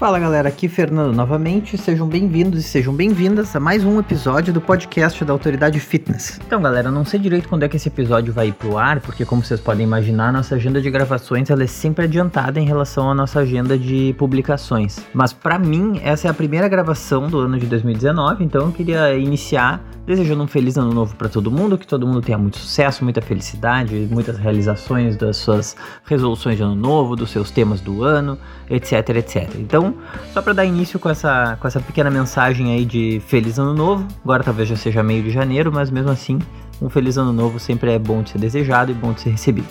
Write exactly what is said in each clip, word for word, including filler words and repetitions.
Fala galera, aqui Fernando novamente, sejam bem-vindos e sejam bem-vindas a mais um episódio do podcast da Autoridade Fitness. Então galera, eu não sei direito quando é que esse episódio vai ir pro ar, porque como vocês podem imaginar, a nossa agenda de gravações ela é sempre adiantada em relação à nossa agenda de publicações. Mas pra mim, essa é a primeira gravação do ano de dois mil e dezenove, então eu queria iniciar desejando um feliz ano novo pra todo mundo, que todo mundo tenha muito sucesso, muita felicidade, muitas realizações das suas resoluções de ano novo, dos seus temas do ano, etc, etcétera. Então, só para dar início com essa, com essa pequena mensagem aí de feliz ano novo, agora talvez já seja meio de janeiro, mas mesmo assim, um feliz ano novo sempre é bom de ser desejado e bom de ser recebido.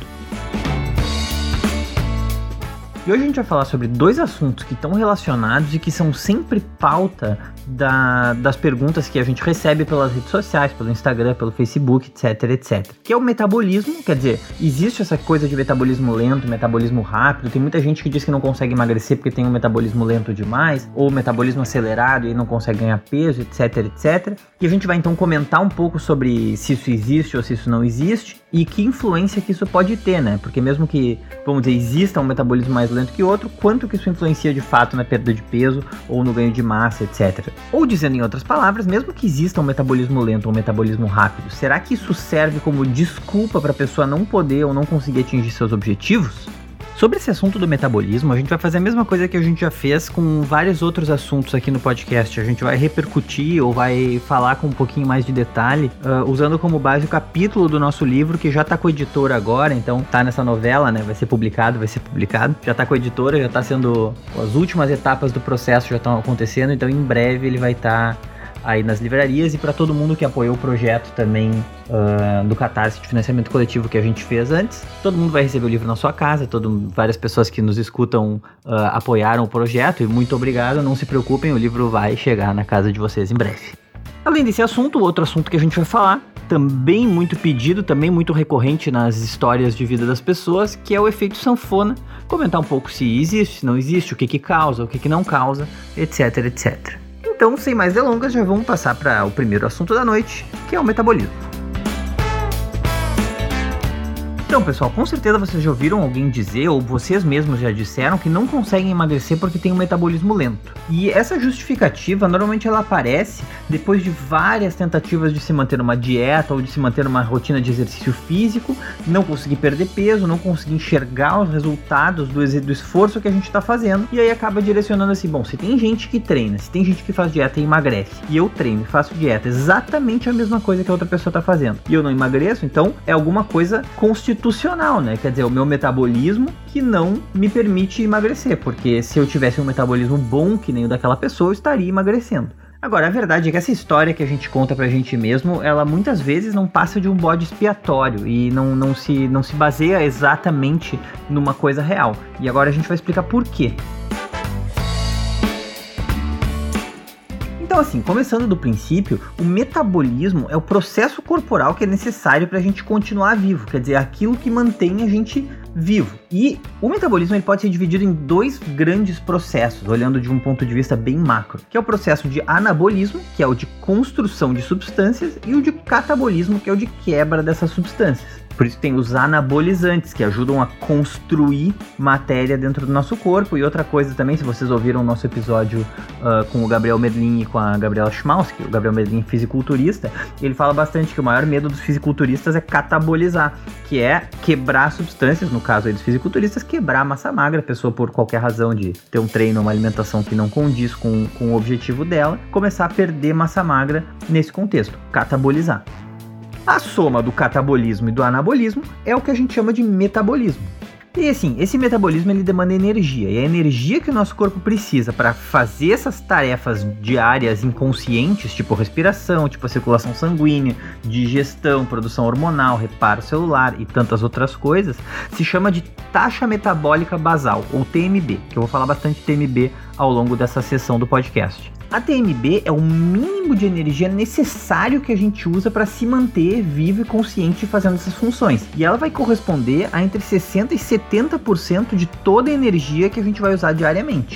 E hoje a gente vai falar sobre dois assuntos que estão relacionados e que são sempre pauta da, das perguntas que a gente recebe pelas redes sociais, pelo Instagram, pelo Facebook, etc, etcétera. Que é o metabolismo, quer dizer, existe essa coisa de metabolismo lento, metabolismo rápido, tem muita gente que diz que não consegue emagrecer porque tem um metabolismo lento demais, ou metabolismo acelerado e não consegue ganhar peso, etc, etcétera. E a gente vai então comentar um pouco sobre se isso existe ou se isso não existe e que influência que isso pode ter, né? Porque mesmo que, vamos dizer, exista um metabolismo mais lento que outro, quanto que isso influencia de fato na perda de peso ou no ganho de massa, etcétera. Ou dizendo em outras palavras, mesmo que exista um metabolismo lento ou um metabolismo rápido, será que isso serve como desculpa para a pessoa não poder ou não conseguir atingir seus objetivos? Sobre esse assunto do metabolismo, a gente vai fazer a mesma coisa que a gente já fez com vários outros assuntos aqui no podcast. A gente vai repercutir ou vai falar com um pouquinho mais de detalhe, uh, usando como base o capítulo do nosso livro, que já tá com a editora agora, então tá nessa novela, né? Vai ser publicado, vai ser publicado. Já tá com a editora, já tá sendo... As últimas etapas do processo já estão acontecendo, então em breve ele vai estar... Tá aí nas livrarias e para todo mundo que apoiou o projeto também uh, do Catarse de financiamento coletivo que a gente fez antes. Todo mundo vai receber o livro na sua casa, todo, várias pessoas que nos escutam uh, apoiaram o projeto e muito obrigado, não se preocupem, o livro vai chegar na casa de vocês em breve. Além desse assunto, outro assunto que a gente vai falar, também muito pedido, também muito recorrente nas histórias de vida das pessoas, que é o efeito sanfona, comentar um pouco se existe, se não existe, o que que causa, o que que não causa, etc, etcétera. Então, sem mais delongas, já vamos passar para o primeiro assunto da noite, que é o metabolismo. Então, pessoal, com certeza vocês já ouviram alguém dizer, ou vocês mesmos já disseram, que não conseguem emagrecer porque tem um metabolismo lento. E essa justificativa, normalmente ela aparece depois de várias tentativas de se manter numa dieta ou de se manter numa rotina de exercício físico, não conseguir perder peso, não conseguir enxergar os resultados do, ex- do esforço que a gente está fazendo, e aí acaba direcionando assim, bom, se tem gente que treina, se tem gente que faz dieta e emagrece, e eu treino e faço dieta, exatamente a mesma coisa que a outra pessoa está fazendo, e eu não emagreço, então é alguma coisa constitucional. Institucional, né? Quer dizer, o meu metabolismo que não me permite emagrecer, porque se eu tivesse um metabolismo bom que nem o daquela pessoa, eu estaria emagrecendo. Agora, a verdade é que essa história que a gente conta pra gente mesmo, ela muitas vezes não passa de um bode expiatório e não, não, se, não se baseia exatamente numa coisa real. E agora a gente vai explicar por quê. Então assim, começando do princípio, o metabolismo é o processo corporal que é necessário para a gente continuar vivo, quer dizer, aquilo que mantém a gente vivo. E o metabolismo ele pode ser dividido em dois grandes processos, olhando de um ponto de vista bem macro, que é o processo de anabolismo, que é o de construção de substâncias, e o de catabolismo, que é o de quebra dessas substâncias. Por isso tem os anabolizantes, que ajudam a construir matéria dentro do nosso corpo. E outra coisa também, se vocês ouviram o nosso episódio uh, com o Gabriel Medlin e com a Gabriela Schmalski, o Gabriel Medlin fisiculturista, ele fala bastante que o maior medo dos fisiculturistas é catabolizar, que é quebrar substâncias, no caso aí dos fisiculturistas, quebrar a massa magra, a pessoa por qualquer razão de ter um treino, uma alimentação que não condiz com, com o objetivo dela, começar a perder massa magra nesse contexto, catabolizar. A soma do catabolismo e do anabolismo é o que a gente chama de metabolismo. E assim, esse metabolismo ele demanda energia, e a energia que o nosso corpo precisa para fazer essas tarefas diárias inconscientes, tipo respiração, tipo a circulação sanguínea, digestão, produção hormonal, reparo celular e tantas outras coisas, se chama de taxa metabólica basal, ou T M B, que eu vou falar bastante T M B ao longo dessa sessão do podcast. A T M B é o mínimo de energia necessário que a gente usa para se manter vivo e consciente fazendo essas funções. E ela vai corresponder a entre sessenta por cento e setenta por cento de toda a energia que a gente vai usar diariamente.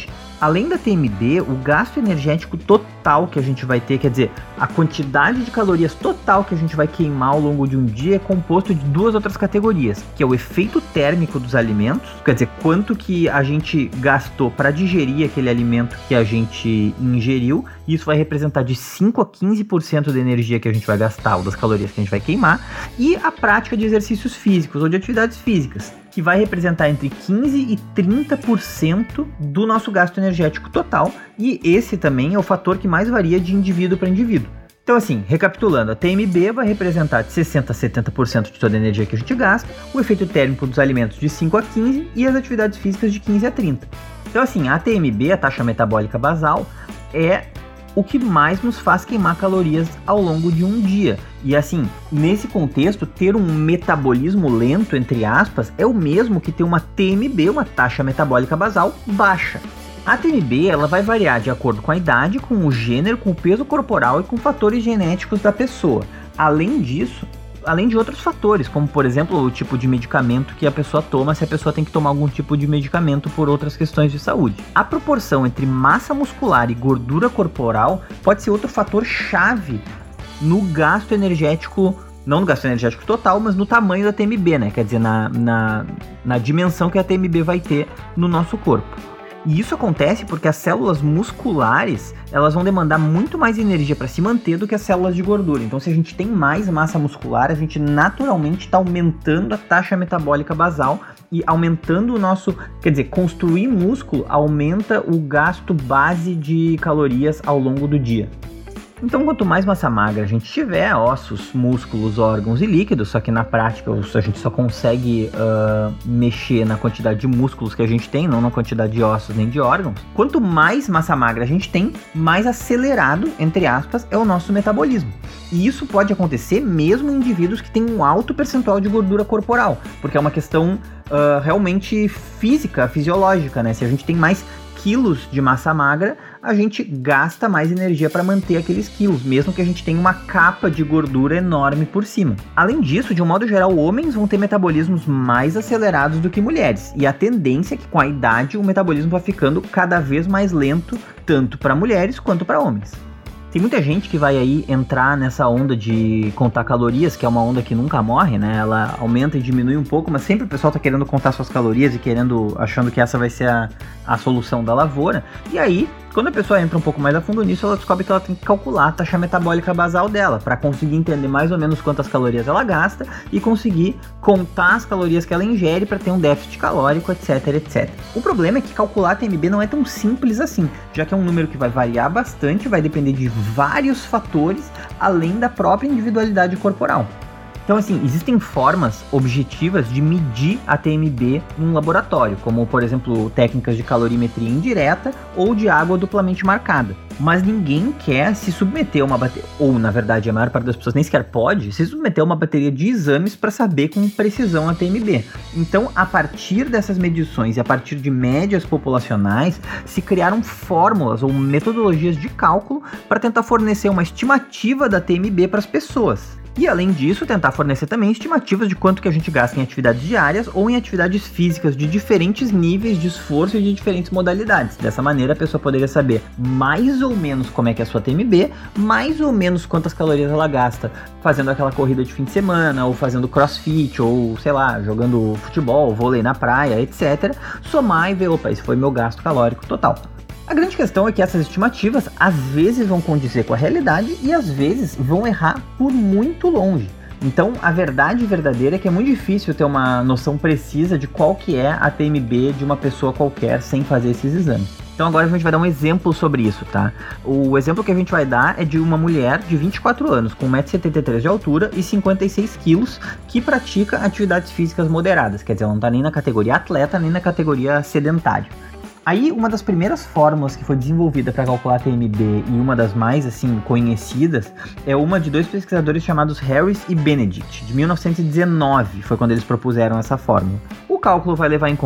Além da T M B, o gasto energético total que a gente vai ter, quer dizer, a quantidade de calorias total que a gente vai queimar ao longo de um dia é composto de duas outras categorias, que é o efeito térmico dos alimentos, quer dizer, quanto que a gente gastou para digerir aquele alimento que a gente ingeriu, e isso vai representar de cinco a quinze por cento da energia que a gente vai gastar ou das calorias que a gente vai queimar, e a prática de exercícios físicos ou de atividades físicas, que vai representar entre quinze e trinta por cento do nosso gasto energético total, e esse também é o fator que mais varia de indivíduo para indivíduo. Então assim, recapitulando, a T M B vai representar de sessenta a setenta por cento de toda a energia que a gente gasta, o efeito térmico dos alimentos de cinco a quinze por cento e as atividades físicas de quinze a trinta por cento. Então assim, a T M B, a taxa metabólica basal, é o que mais nos faz queimar calorias ao longo de um dia. E assim, nesse contexto, ter um metabolismo lento, entre aspas, é o mesmo que ter uma T M B, uma taxa metabólica basal, baixa. A T M B ela vai variar de acordo com a idade, com o gênero, com o peso corporal e com fatores genéticos da pessoa. Além disso, além de outros fatores, como por exemplo o tipo de medicamento que a pessoa toma, se a pessoa tem que tomar algum tipo de medicamento por outras questões de saúde. A proporção entre massa muscular e gordura corporal pode ser outro fator chave no gasto energético, não no gasto energético total, mas no tamanho da T M B, né? Quer dizer, na, na, na dimensão que a T M B vai ter no nosso corpo. E isso acontece porque as células musculares, elas vão demandar muito mais energia para se manter do que as células de gordura. Então, se a gente tem mais massa muscular, a gente naturalmente está aumentando a taxa metabólica basal e aumentando o nosso... Quer dizer, construir músculo aumenta o gasto base de calorias ao longo do dia. Então, quanto mais massa magra a gente tiver, ossos, músculos, órgãos e líquidos, só que na prática a gente só consegue uh, mexer na quantidade de músculos que a gente tem, não na quantidade de ossos nem de órgãos. Quanto mais massa magra a gente tem, mais acelerado, entre aspas, é o nosso metabolismo. E isso pode acontecer mesmo em indivíduos que têm um alto percentual de gordura corporal, porque é uma questão uh, realmente física, fisiológica, né? Se a gente tem mais quilos de massa magra, a gente gasta mais energia para manter aqueles quilos, mesmo que a gente tenha uma capa de gordura enorme por cima. Além disso, de um modo geral, homens vão ter metabolismos mais acelerados do que mulheres, e a tendência é que com a idade o metabolismo vai ficando cada vez mais lento, tanto para mulheres quanto para homens. Tem muita gente que vai aí entrar nessa onda de contar calorias, que é uma onda que nunca morre, né? Ela aumenta e diminui um pouco, mas sempre o pessoal tá querendo contar suas calorias e querendo, achando que essa vai ser a, a solução da lavoura. E aí, quando a pessoa entra um pouco mais a fundo nisso, ela descobre que ela tem que calcular a taxa metabólica basal dela, para conseguir entender mais ou menos quantas calorias ela gasta e conseguir contar as calorias que ela ingere para ter um déficit calórico, etc, etcétera. O problema é que calcular a T M B não é tão simples assim, já que é um número que vai variar bastante, vai depender de vários fatores, além da própria individualidade corporal. Então, assim, existem formas objetivas de medir a T M B num laboratório, como, por exemplo, técnicas de calorimetria indireta ou de água duplamente marcada. Mas ninguém quer se submeter a uma bateria, ou, na verdade, a maior parte das pessoas nem sequer pode se submeter a uma bateria de exames para saber com precisão a T M B. Então, a partir dessas medições e a partir de médias populacionais, se criaram fórmulas ou metodologias de cálculo para tentar fornecer uma estimativa da T M B para as pessoas. E além disso, tentar fornecer também estimativas de quanto que a gente gasta em atividades diárias ou em atividades físicas de diferentes níveis de esforço e de diferentes modalidades. Dessa maneira, a pessoa poderia saber mais ou menos como é que é a sua T M B, mais ou menos quantas calorias ela gasta fazendo aquela corrida de fim de semana, ou fazendo crossfit, ou sei lá, jogando futebol, vôlei na praia, etcétera. Somar e ver, opa, esse foi meu gasto calórico total. A grande questão é que essas estimativas às vezes vão condizer com a realidade e às vezes vão errar por muito longe. Então, a verdade verdadeira é que é muito difícil ter uma noção precisa de qual que é a T M B de uma pessoa qualquer sem fazer esses exames. Então agora a gente vai dar um exemplo sobre isso, tá? O exemplo que a gente vai dar é de uma mulher de vinte e quatro anos, com um metro e setenta e três de altura e cinquenta e seis quilos, que pratica atividades físicas moderadas. Quer dizer, ela não tá nem na categoria atleta, nem na categoria sedentário. Aí, uma das primeiras fórmulas que foi desenvolvida para calcular a T M B e uma das mais, assim, conhecidas é uma de dois pesquisadores chamados Harris e Benedict, de mil novecentos e dezenove, foi quando eles propuseram essa fórmula. O cálculo vai levar em conta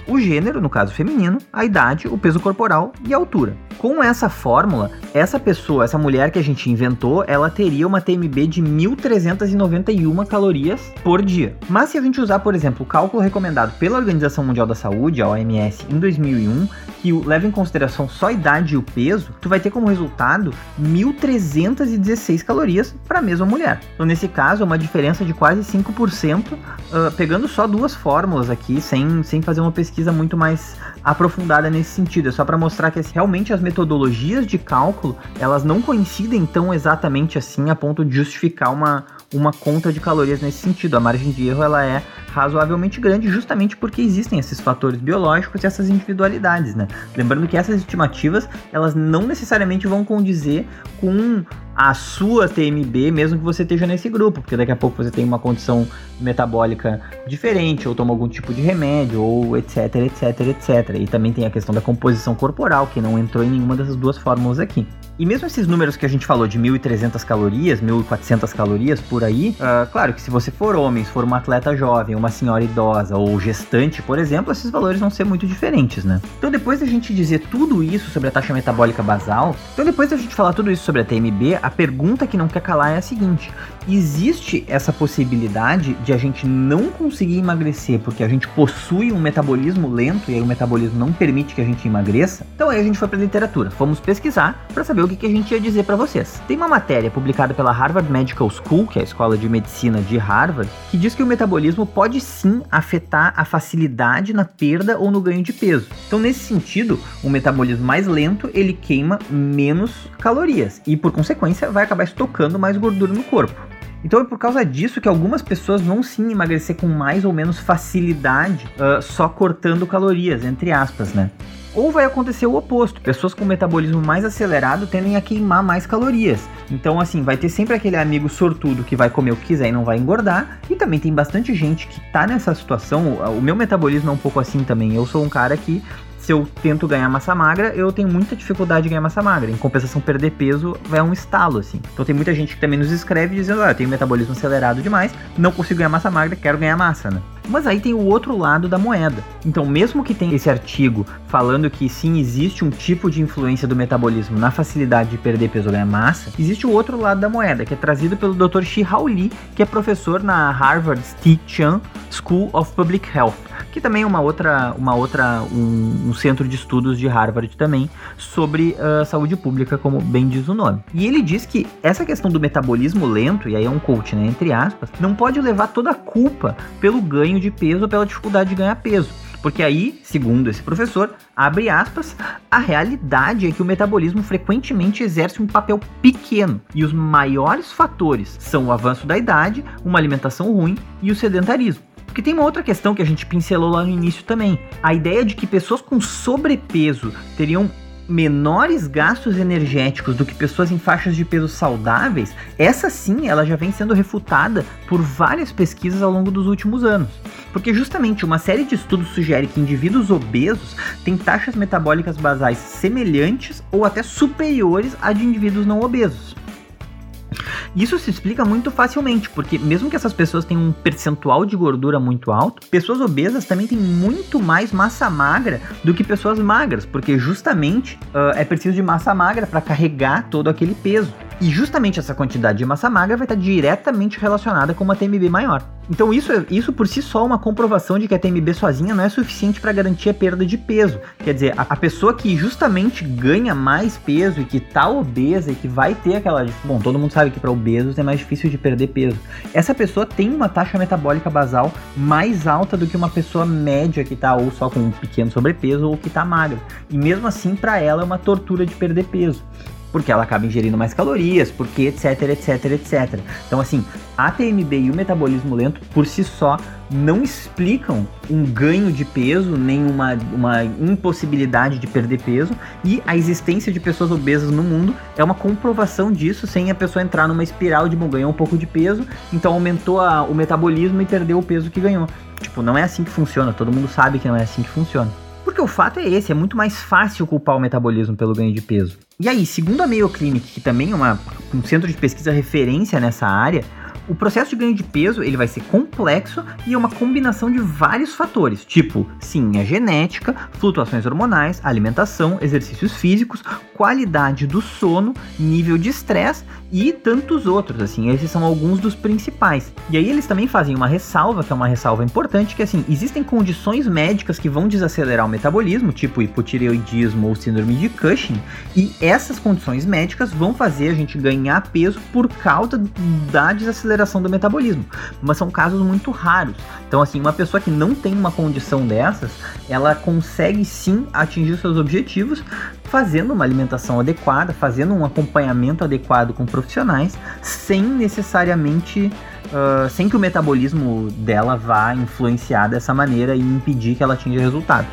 o gênero, no caso feminino, a idade, o peso corporal e a altura. Com essa fórmula, essa pessoa, essa mulher que a gente inventou, ela teria uma T M B de mil trezentas e noventa e uma calorias por dia. Mas se a gente usar, por exemplo, o cálculo recomendado pela Organização Mundial da Saúde, a O M S, em dois mil e um, que leva em consideração só a idade e o peso, tu vai ter como resultado mil trezentas e dezesseis calorias para a mesma mulher. Então, nesse caso, é uma diferença de quase cinco por cento, uh, pegando só duas fórmulas aqui, sem, sem fazer uma pesquisa muito mais aprofundada nesse sentido. É só para mostrar que realmente as metodologias de cálculo, elas não coincidem tão exatamente assim a ponto de justificar uma, uma conta de calorias nesse sentido. A margem de erro, ela é razoavelmente grande, justamente porque existem esses fatores biológicos e essas individualidades, né? Lembrando que essas estimativas, elas não necessariamente vão condizer com a sua T M B, mesmo que você esteja nesse grupo, porque daqui a pouco você tem uma condição metabólica diferente, ou toma algum tipo de remédio, ou etc, etc, etcétera. E também tem a questão da composição corporal, que não entrou em nenhuma dessas duas fórmulas aqui. E mesmo esses números que a gente falou de mil e trezentas calorias, mil e quatrocentas calorias por aí, uh, claro que se você for homem, se for uma atleta jovem, uma senhora idosa ou gestante, por exemplo, esses valores vão ser muito diferentes, né? Então depois da gente dizer tudo isso sobre a taxa metabólica basal, então depois da gente falar tudo isso sobre a T M B, a pergunta que não quer calar é a seguinte: existe essa possibilidade de a gente não conseguir emagrecer porque a gente possui um metabolismo lento e aí o metabolismo não permite que a gente emagreça? Então aí a gente foi pra literatura, fomos pesquisar para saber o que, que a gente ia dizer para vocês. Tem uma matéria publicada pela Harvard Medical School, que é a escola de medicina de Harvard, que diz que o metabolismo pode sim afetar a facilidade na perda ou no ganho de peso. Então, nesse sentido, o metabolismo mais lento, ele queima menos calorias e, por consequência, vai acabar estocando mais gordura no corpo. Então é por causa disso que algumas pessoas vão sim emagrecer com mais ou menos facilidade, uh, só cortando calorias, entre aspas, né? Ou vai acontecer o oposto, pessoas com metabolismo mais acelerado tendem a queimar mais calorias. Então assim, vai ter sempre aquele amigo sortudo que vai comer o que quiser e não vai engordar. E também tem bastante gente que tá nessa situação. O meu metabolismo é um pouco assim também. Eu sou um cara que, se eu tento ganhar massa magra, eu tenho muita dificuldade de ganhar massa magra. Em compensação, perder peso vai um estalo, assim. Então tem muita gente que também nos escreve dizendo: ah, eu tenho metabolismo acelerado demais, não consigo ganhar massa magra, quero ganhar massa, né? Mas aí tem o outro lado da moeda. Então, mesmo que tenha esse artigo falando que sim, existe um tipo de influência do metabolismo na facilidade de perder peso ou ganhar massa, existe o outro lado da moeda, que é trazido pelo doutor Shi-Hao Lee, que é professor na Harvard T. Chan School of Public Health, que também é uma outra, uma outra um, um centro de estudos de Harvard também, sobre uh, saúde pública, como bem diz o nome. E ele diz que essa questão do metabolismo lento, e aí é um coach, né, entre aspas, não pode levar toda a culpa pelo ganho de peso ou pela dificuldade de ganhar peso. Porque aí, segundo esse professor, abre aspas, a realidade é que o metabolismo frequentemente exerce um papel pequeno e os maiores fatores são o avanço da idade, uma alimentação ruim e o sedentarismo. Porque tem uma outra questão que a gente pincelou lá no início também. A ideia de que pessoas com sobrepeso teriam menores gastos energéticos do que pessoas em faixas de peso saudáveis, essa sim, ela já vem sendo refutada por várias pesquisas ao longo dos últimos anos. Porque justamente uma série de estudos sugere que indivíduos obesos têm taxas metabólicas basais semelhantes ou até superiores a de indivíduos não obesos. Isso se explica muito facilmente, porque mesmo que essas pessoas tenham um percentual de gordura muito alto, pessoas obesas também têm muito mais massa magra do que pessoas magras, porque justamente uh, é preciso de massa magra para carregar todo aquele peso. E justamente essa quantidade de massa magra vai estar diretamente relacionada com uma T M B maior. Então isso, isso por si só é uma comprovação de que a T M B sozinha não é suficiente para garantir a perda de peso. Quer dizer, a, a pessoa que justamente ganha mais peso e que tá obesa e que vai ter aquela... Bom, todo mundo sabe que para obesos é mais difícil de perder peso. Essa pessoa tem uma taxa metabólica basal mais alta do que uma pessoa média que tá ou só com um pequeno sobrepeso ou que tá magra. E mesmo assim, para ela é uma tortura de perder peso, porque ela acaba ingerindo mais calorias, porque etc, etc, etcétera. Então assim, a T M B e o metabolismo lento por si só não explicam um ganho de peso, nem uma, uma impossibilidade de perder peso, e a existência de pessoas obesas no mundo é uma comprovação disso, sem a pessoa entrar numa espiral de, bom, ganhou um pouco de peso, então aumentou a, o metabolismo e perdeu o peso que ganhou. Tipo, não é assim que funciona, todo mundo sabe que não é assim que funciona. Porque o fato é esse, é muito mais fácil culpar o metabolismo pelo ganho de peso. E aí, segundo a Mayo Clinic, que também é uma, um centro de pesquisa referência nessa área, O processo de ganho de peso, ele vai ser complexo e é uma combinação de vários fatores, tipo, sim, a genética, flutuações hormonais, alimentação, exercícios físicos, qualidade do sono, nível de estresse e tantos outros, assim, esses são alguns dos principais. E aí eles também fazem uma ressalva, que é uma ressalva importante, que assim, existem condições médicas que vão desacelerar o metabolismo, tipo hipotireoidismo ou síndrome de Cushing, e essas condições médicas vão fazer a gente ganhar peso por causa da desaceleração do metabolismo, mas são casos muito raros. Então assim, uma pessoa que não tem uma condição dessas, ela consegue sim atingir seus objetivos fazendo uma alimentação adequada, fazendo um acompanhamento adequado com profissionais, sem necessariamente, uh, sem que o metabolismo dela vá influenciar dessa maneira e impedir que ela atinja resultados.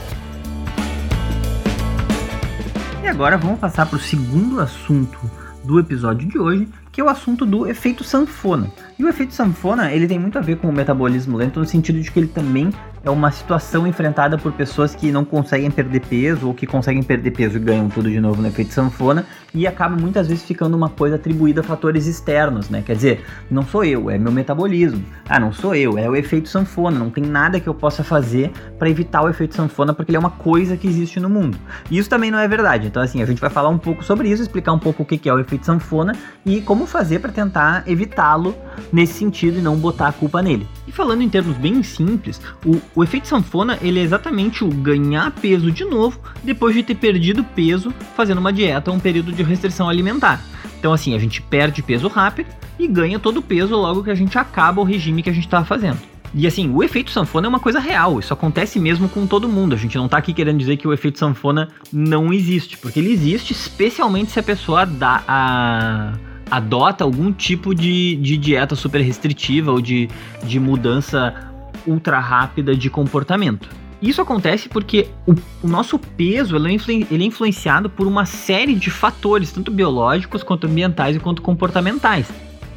E agora vamos passar para o segundo assunto do episódio de hoje, que é o assunto do efeito sanfona. E o efeito sanfona, ele tem muito a ver com o metabolismo lento, no sentido de que ele também é uma situação enfrentada por pessoas que não conseguem perder peso, ou que conseguem perder peso e ganham tudo de novo no efeito sanfona, e acaba muitas vezes ficando uma coisa atribuída a fatores externos, né? Quer dizer, não sou eu, é meu metabolismo. Ah, não sou eu, é o efeito sanfona, não tem nada que eu possa fazer para evitar o efeito sanfona, porque ele é uma coisa que existe no mundo. E isso também não é verdade. Então assim, a gente vai falar um pouco sobre isso, explicar um pouco o que é o efeito sanfona e como fazer para tentar evitá-lo nesse sentido e não botar a culpa nele. E falando em termos bem simples, o, o efeito sanfona, ele é exatamente o ganhar peso de novo depois de ter perdido peso fazendo uma dieta ou um período de restrição alimentar. Então assim, a gente perde peso rápido e ganha todo o peso logo que a gente acaba o regime que a gente estava fazendo. E assim, o efeito sanfona é uma coisa real, isso acontece mesmo com todo mundo. A gente não tá aqui querendo dizer que o efeito sanfona não existe, porque ele existe especialmente se a pessoa dá a... adota algum tipo de, de dieta super restritiva ou de, de mudança ultra rápida de comportamento. Isso acontece porque o, o nosso peso ele é, influ, ele é influenciado por uma série de fatores, tanto biológicos, quanto ambientais e quanto comportamentais.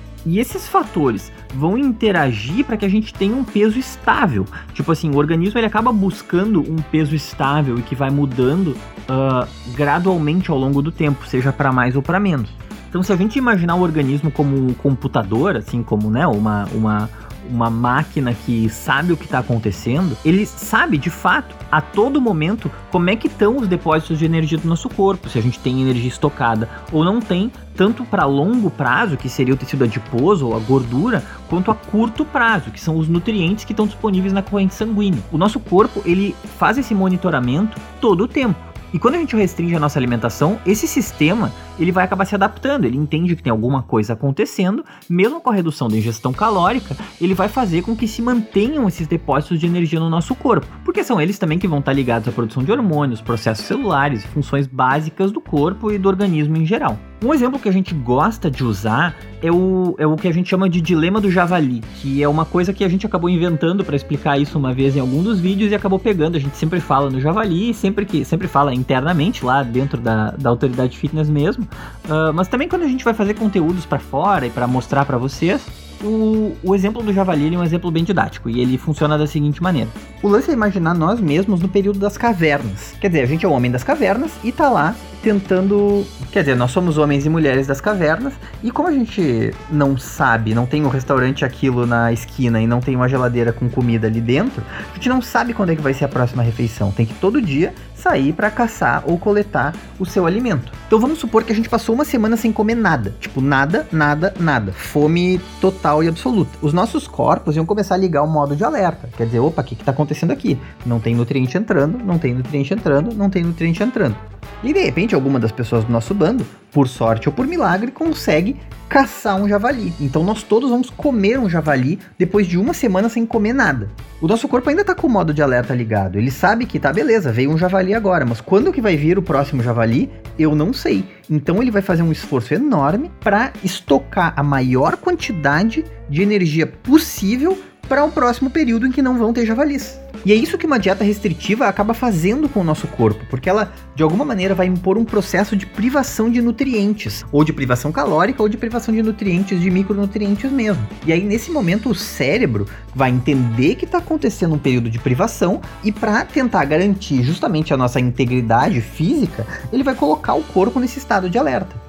E esses fatores vão interagir para que a gente tenha um peso estável. Tipo assim, o organismo ele acaba buscando um peso estável e que vai mudando uh, gradualmente ao longo do tempo, seja para mais ou para menos. Então, se a gente imaginar o organismo como um computador, assim como, né, uma, uma, uma máquina que sabe o que está acontecendo, ele sabe, de fato, a todo momento, como é que estão os depósitos de energia do nosso corpo, se a gente tem energia estocada ou não tem, tanto para longo prazo, que seria o tecido adiposo ou a gordura, quanto a curto prazo, que são os nutrientes que estão disponíveis na corrente sanguínea. O nosso corpo, ele faz esse monitoramento todo o tempo. E quando a gente restringe a nossa alimentação, esse sistema ele vai acabar se adaptando, ele entende que tem alguma coisa acontecendo, mesmo com a redução da ingestão calórica, ele vai fazer com que se mantenham esses depósitos de energia no nosso corpo, porque são eles também que vão estar ligados à produção de hormônios, processos celulares e funções básicas do corpo e do organismo em geral. Um exemplo que a gente gosta de usar é o, é o que a gente chama de dilema do javali, que é uma coisa que a gente acabou inventando para explicar isso uma vez em algum dos vídeos e acabou pegando. A gente sempre fala no javali, sempre, que, sempre fala internamente lá dentro da, da autoridade fitness mesmo, uh, mas também quando a gente vai fazer conteúdos para fora e para mostrar para vocês, O, o exemplo do javali ele é um exemplo bem didático e ele funciona da seguinte maneira. O lance é imaginar nós mesmos no período das cavernas. Quer dizer, a gente é o homem das cavernas e tá lá tentando... Quer dizer, nós somos homens e mulheres das cavernas e como a gente não sabe, não tem um restaurante aquilo na esquina e não tem uma geladeira com comida ali dentro, a gente não sabe quando é que vai ser a próxima refeição. Tem que todo dia sair para caçar ou coletar o seu alimento. Então vamos supor que a gente passou uma semana sem comer nada. Tipo, nada, nada, nada. Fome total e absoluta. Os nossos corpos iam começar a ligar o modo de alerta. Quer dizer, opa, o que está acontecendo aqui? Não tem nutriente entrando, não tem nutriente entrando, não tem nutriente entrando. E de repente alguma das pessoas do nosso bando, por sorte ou por milagre, consegue caçar um javali. Então nós todos vamos comer um javali depois de uma semana sem comer nada. O nosso corpo ainda tá com o modo de alerta ligado. Ele sabe que tá beleza, veio um javali agora, mas quando que vai vir o próximo javali, eu não sei. Então ele vai fazer um esforço enorme para estocar a maior quantidade de energia possível para o próximo período em que não vão ter javalis. E é isso que uma dieta restritiva acaba fazendo com o nosso corpo, porque ela, de alguma maneira, vai impor um processo de privação de nutrientes, ou de privação calórica, ou de privação de nutrientes, de micronutrientes mesmo. E aí, nesse momento, o cérebro vai entender que está acontecendo um período de privação, e para tentar garantir justamente a nossa integridade física, ele vai colocar o corpo nesse estado de alerta.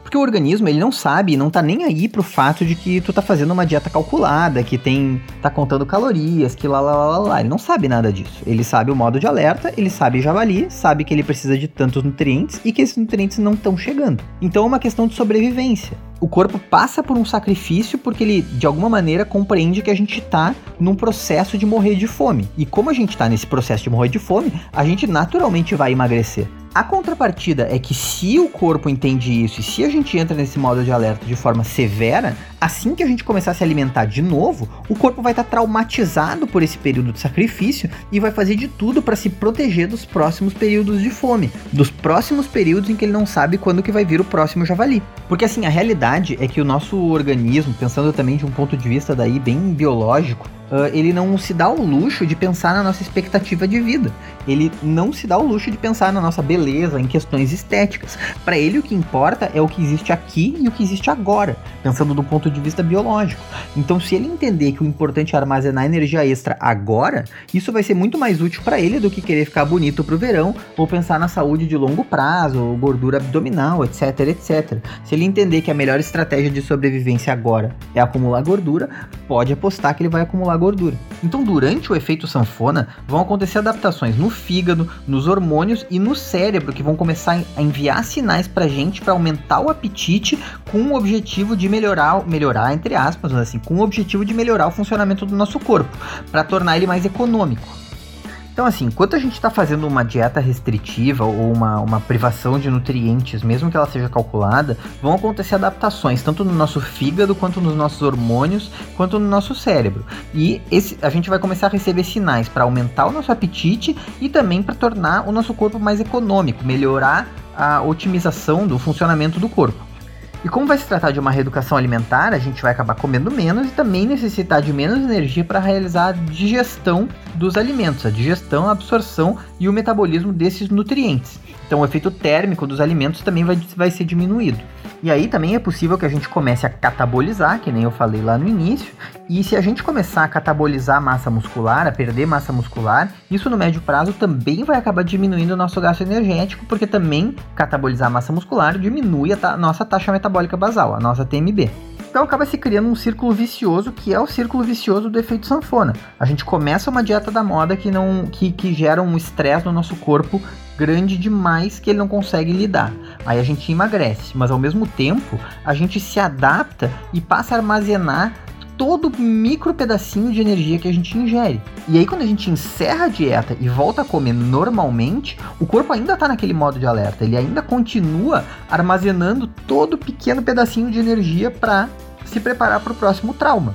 Porque o organismo, ele não sabe, não tá nem aí pro fato de que tu tá fazendo uma dieta calculada, que tem, tá contando calorias, que lá, lá, lá, lá, lá. Ele não sabe nada disso. Ele sabe o modo de alerta, ele sabe javali, sabe que ele precisa de tantos nutrientes e que esses nutrientes não estão chegando. Então é uma questão de sobrevivência. O corpo passa por um sacrifício porque ele, de alguma maneira, compreende que a gente tá num processo de morrer de fome. E como a gente tá nesse processo de morrer de fome, a gente naturalmente vai emagrecer. A contrapartida é que se o corpo entende isso e se a gente entra nesse modo de alerta de forma severa, assim que a gente começar a se alimentar de novo, o corpo vai estar traumatizado por esse período de sacrifício e vai fazer de tudo para se proteger dos próximos períodos de fome, dos próximos períodos em que ele não sabe quando que vai vir o próximo javali. Porque assim, a realidade é que o nosso organismo, pensando também de um ponto de vista daí bem biológico, Uh, ele não se dá o luxo de pensar na nossa expectativa de vida. Ele não se dá o luxo de pensar na nossa beleza, em questões estéticas. Para ele, o que importa é o que existe aqui e o que existe agora, pensando do ponto de vista biológico. Então, se ele entender que o importante é armazenar energia extra agora, isso vai ser muito mais útil para ele do que querer ficar bonito pro verão ou pensar na saúde de longo prazo, ou gordura abdominal, etc, etcétera. Se ele entender que a melhor estratégia de sobrevivência agora é acumular gordura, pode apostar que ele vai acumular gordura. Então, durante o efeito sanfona, vão acontecer adaptações no fígado, nos hormônios e no cérebro, que vão começar a enviar sinais pra gente para aumentar o apetite com o objetivo de melhorar, melhorar entre aspas, assim, com o objetivo de melhorar o funcionamento do nosso corpo, para tornar ele mais econômico. Então assim, enquanto a gente está fazendo uma dieta restritiva ou uma, uma privação de nutrientes, mesmo que ela seja calculada, vão acontecer adaptações, tanto no nosso fígado, quanto nos nossos hormônios, quanto no nosso cérebro. E esse, a gente vai começar a receber sinais para aumentar o nosso apetite e também para tornar o nosso corpo mais econômico, melhorar a otimização do funcionamento do corpo. E como vai se tratar de uma reeducação alimentar, a gente vai acabar comendo menos e também necessitar de menos energia para realizar a digestão dos alimentos, a digestão, a absorção e o metabolismo desses nutrientes. Então o efeito térmico dos alimentos também vai, vai ser diminuído. E aí também é possível que a gente comece a catabolizar, que nem eu falei lá no início, e se a gente começar a catabolizar massa muscular, a perder massa muscular, isso no médio prazo também vai acabar diminuindo o nosso gasto energético, porque também catabolizar massa muscular diminui a ta- nossa taxa metabólica basal, a nossa T M B. Então acaba se criando um círculo vicioso, que é o círculo vicioso do efeito sanfona. A gente começa uma dieta da moda que, não, que, que gera um estresse no nosso corpo grande demais que ele não consegue lidar. Aí a gente emagrece, mas ao mesmo tempo a gente se adapta e passa a armazenar todo micro pedacinho de energia que a gente ingere. E aí quando a gente encerra a dieta e volta a comer normalmente, o corpo ainda está naquele modo de alerta, ele ainda continua armazenando todo pequeno pedacinho de energia para se preparar para o próximo trauma.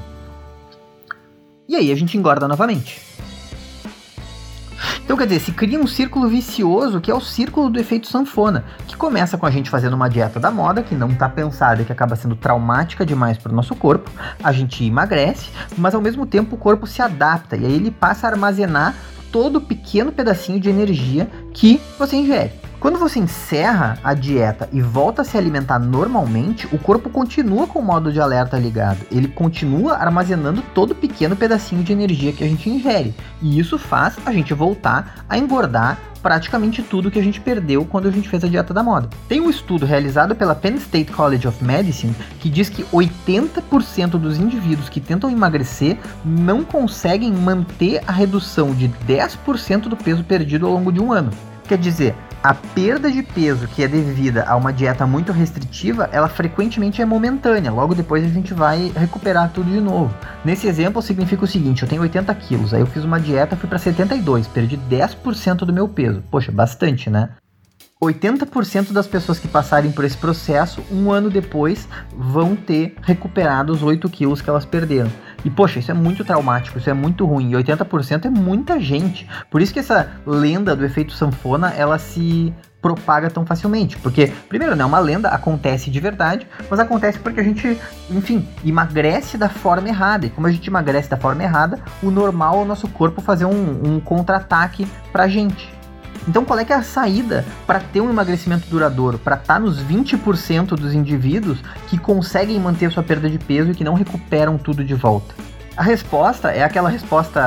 E aí a gente engorda novamente. Então, quer dizer, se cria um círculo vicioso, que é o círculo do efeito sanfona, que começa com a gente fazendo uma dieta da moda, que não está pensada e que acaba sendo traumática demais para o nosso corpo, a gente emagrece, mas ao mesmo tempo o corpo se adapta, e aí ele passa a armazenar todo pequeno pedacinho de energia que você ingere. Quando você encerra a dieta e volta a se alimentar normalmente, o corpo continua com o modo de alerta ligado. Ele continua armazenando todo pequeno pedacinho de energia que a gente ingere. E isso faz a gente voltar a engordar praticamente tudo que a gente perdeu quando a gente fez a dieta da moda. Tem um estudo realizado pela Penn State College of Medicine que diz que oitenta por cento dos indivíduos que tentam emagrecer não conseguem manter a redução de dez por cento do peso perdido ao longo de um ano. Quer dizer, a perda de peso que é devida a uma dieta muito restritiva, ela frequentemente é momentânea, logo depois a gente vai recuperar tudo de novo. Nesse exemplo significa o seguinte, eu tenho oitenta quilos, aí eu fiz uma dieta, fui para setenta e dois, perdi dez por cento do meu peso. Poxa, bastante, né? oitenta por cento das pessoas que passarem por esse processo, um ano depois, vão ter recuperado os oito quilos que elas perderam. E, poxa, isso é muito traumático, isso é muito ruim. E oitenta por cento é muita gente. Por isso que essa lenda do efeito sanfona, ela se propaga tão facilmente. Porque, primeiro, não é uma lenda, acontece de verdade, mas acontece porque a gente, enfim, emagrece da forma errada. E como a gente emagrece da forma errada, o normal é o nosso corpo fazer um, um contra-ataque pra gente. Então, qual é que é a saída para ter um emagrecimento duradouro? Para estar nos vinte por cento dos indivíduos que conseguem manter sua perda de peso e que não recuperam tudo de volta? A resposta é aquela resposta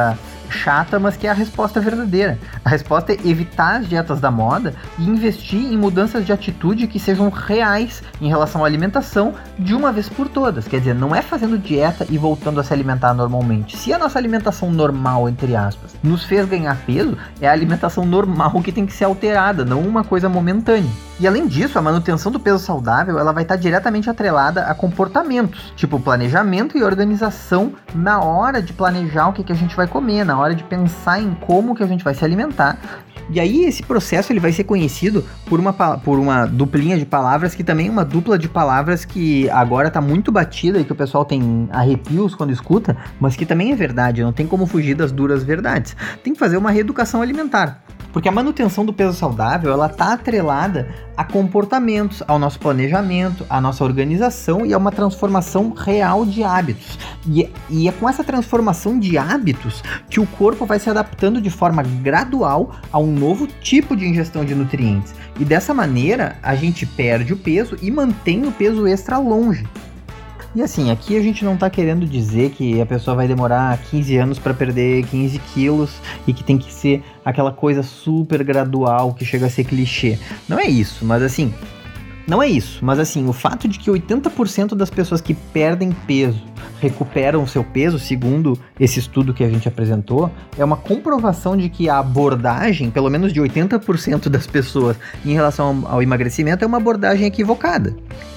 chata, mas que é a resposta verdadeira. A resposta é evitar as dietas da moda e investir em mudanças de atitude que sejam reais em relação à alimentação de uma vez por todas. Quer dizer, não é fazendo dieta e voltando a se alimentar normalmente. Se a nossa alimentação normal, entre aspas, nos fez ganhar peso, é a alimentação normal que tem que ser alterada, não uma coisa momentânea. E além disso, a manutenção do peso saudável, ela vai estar diretamente atrelada a comportamentos, tipo planejamento e organização na hora de planejar o que, que a gente vai comer, na hora de pensar em como que a gente vai se alimentar. E aí esse processo ele vai ser conhecido por uma, por uma duplinha de palavras, que também é uma dupla de palavras que agora tá muito batida e que o pessoal tem arrepios quando escuta, mas que também é verdade, não tem como fugir das duras verdades. Tem que fazer uma reeducação alimentar. Porque a manutenção do peso saudável, ela tá atrelada a comportamentos, ao nosso planejamento, à nossa organização e a uma transformação real de hábitos. E, e é com essa transformação de hábitos que o corpo vai se adaptando de forma gradual a um novo tipo de ingestão de nutrientes. E dessa maneira, a gente perde o peso e mantém o peso extra longe. E assim, aqui a gente não tá querendo dizer que a pessoa vai demorar quinze anos para perder quinze quilos e que tem que ser aquela coisa super gradual que chega a ser clichê. Não é isso, mas assim, não é isso, mas assim, o fato de que oitenta por cento das pessoas que perdem peso recuperam o seu peso, segundo esse estudo que a gente apresentou, é uma comprovação de que a abordagem, pelo menos de oitenta por cento das pessoas em relação ao emagrecimento, é uma abordagem equivocada.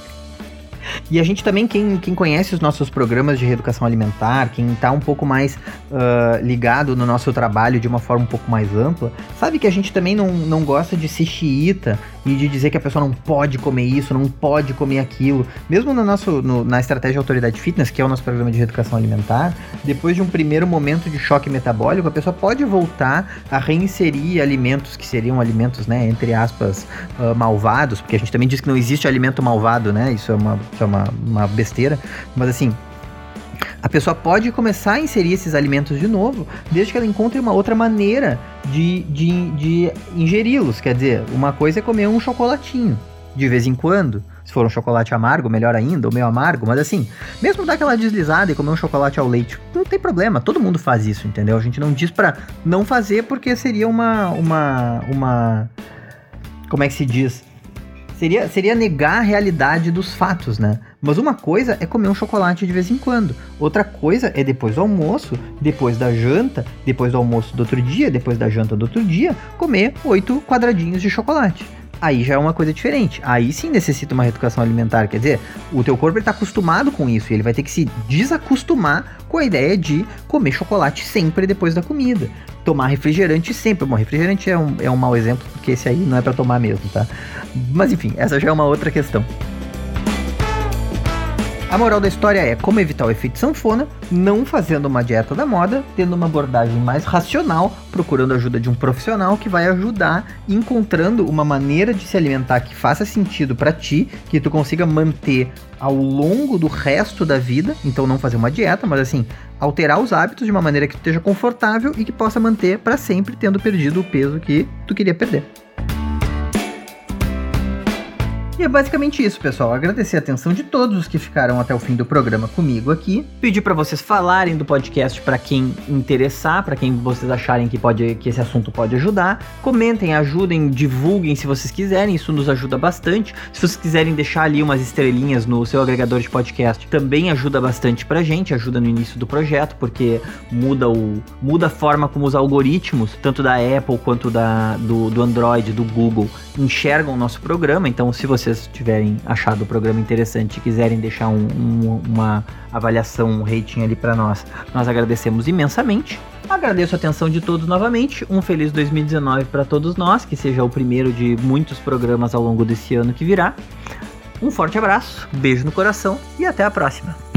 E a gente também, quem, quem conhece os nossos programas de reeducação alimentar, quem está um pouco mais uh, ligado no nosso trabalho de uma forma um pouco mais ampla, sabe que a gente também não, não gosta de ser xiita e de dizer que a pessoa não pode comer isso, não pode comer aquilo. Mesmo no nosso, no, na estratégia Autoridade Fitness, que é o nosso programa de reeducação alimentar, depois de um primeiro momento de choque metabólico, a pessoa pode voltar a reinserir alimentos que seriam alimentos, né, entre aspas, uh, malvados, porque a gente também diz que não existe alimento malvado, né, isso é uma, isso é uma, uma besteira, mas assim, a pessoa pode começar a inserir esses alimentos de novo, desde que ela encontre uma outra maneira de, de, de ingeri-los. Quer dizer, uma coisa é comer um chocolatinho de vez em quando, se for um chocolate amargo, melhor ainda, ou meio amargo, mas assim, mesmo dar aquela deslizada e comer um chocolate ao leite, não tem problema, todo mundo faz isso, entendeu? A gente não diz pra não fazer porque seria uma, uma, uma, como é que se diz? Seria, seria negar a realidade dos fatos, né? Mas uma coisa é comer um chocolate de vez em quando. Outra coisa é depois do almoço, depois da janta, depois do almoço do outro dia, depois da janta do outro dia, comer oito quadradinhos de chocolate. Aí já é uma coisa diferente. Aí sim necessita uma reeducação alimentar. Quer dizer, o teu corpo está acostumado com isso e ele vai ter que se desacostumar com a ideia de comer chocolate sempre depois da comida. Tomar refrigerante sempre. Bom, refrigerante é um, é um mau exemplo, porque esse aí não é para tomar mesmo, tá? Mas enfim, essa já é uma outra questão. A moral da história é como evitar o efeito sanfona, não fazendo uma dieta da moda, tendo uma abordagem mais racional, procurando a ajuda de um profissional que vai ajudar, encontrando uma maneira de se alimentar que faça sentido para ti, que tu consiga manter ao longo do resto da vida. Então não fazer uma dieta, mas assim, alterar os hábitos de uma maneira que tu esteja confortável e que possa manter para sempre, tendo perdido o peso que tu queria perder. E é basicamente isso, pessoal. Agradecer a atenção de todos os que ficaram até o fim do programa comigo aqui. Pedir para vocês falarem do podcast para quem interessar, para quem vocês acharem que, pode, que esse assunto pode ajudar. Comentem, ajudem, divulguem se vocês quiserem, isso nos ajuda bastante. Se vocês quiserem deixar ali umas estrelinhas no seu agregador de podcast, também ajuda bastante pra gente, ajuda no início do projeto, porque muda, o, muda a forma como os algoritmos, tanto da Apple quanto da, do, do Android, do Google, enxergam o nosso programa. Então, se vocês tiverem achado o programa interessante e quiserem deixar um, um, uma avaliação, um rating ali para nós, nós agradecemos imensamente. Agradeço a atenção de todos novamente. Um feliz dois mil e dezenove para todos nós, que seja o primeiro de muitos programas ao longo desse ano que virá. Um forte abraço, beijo no coração e até a próxima.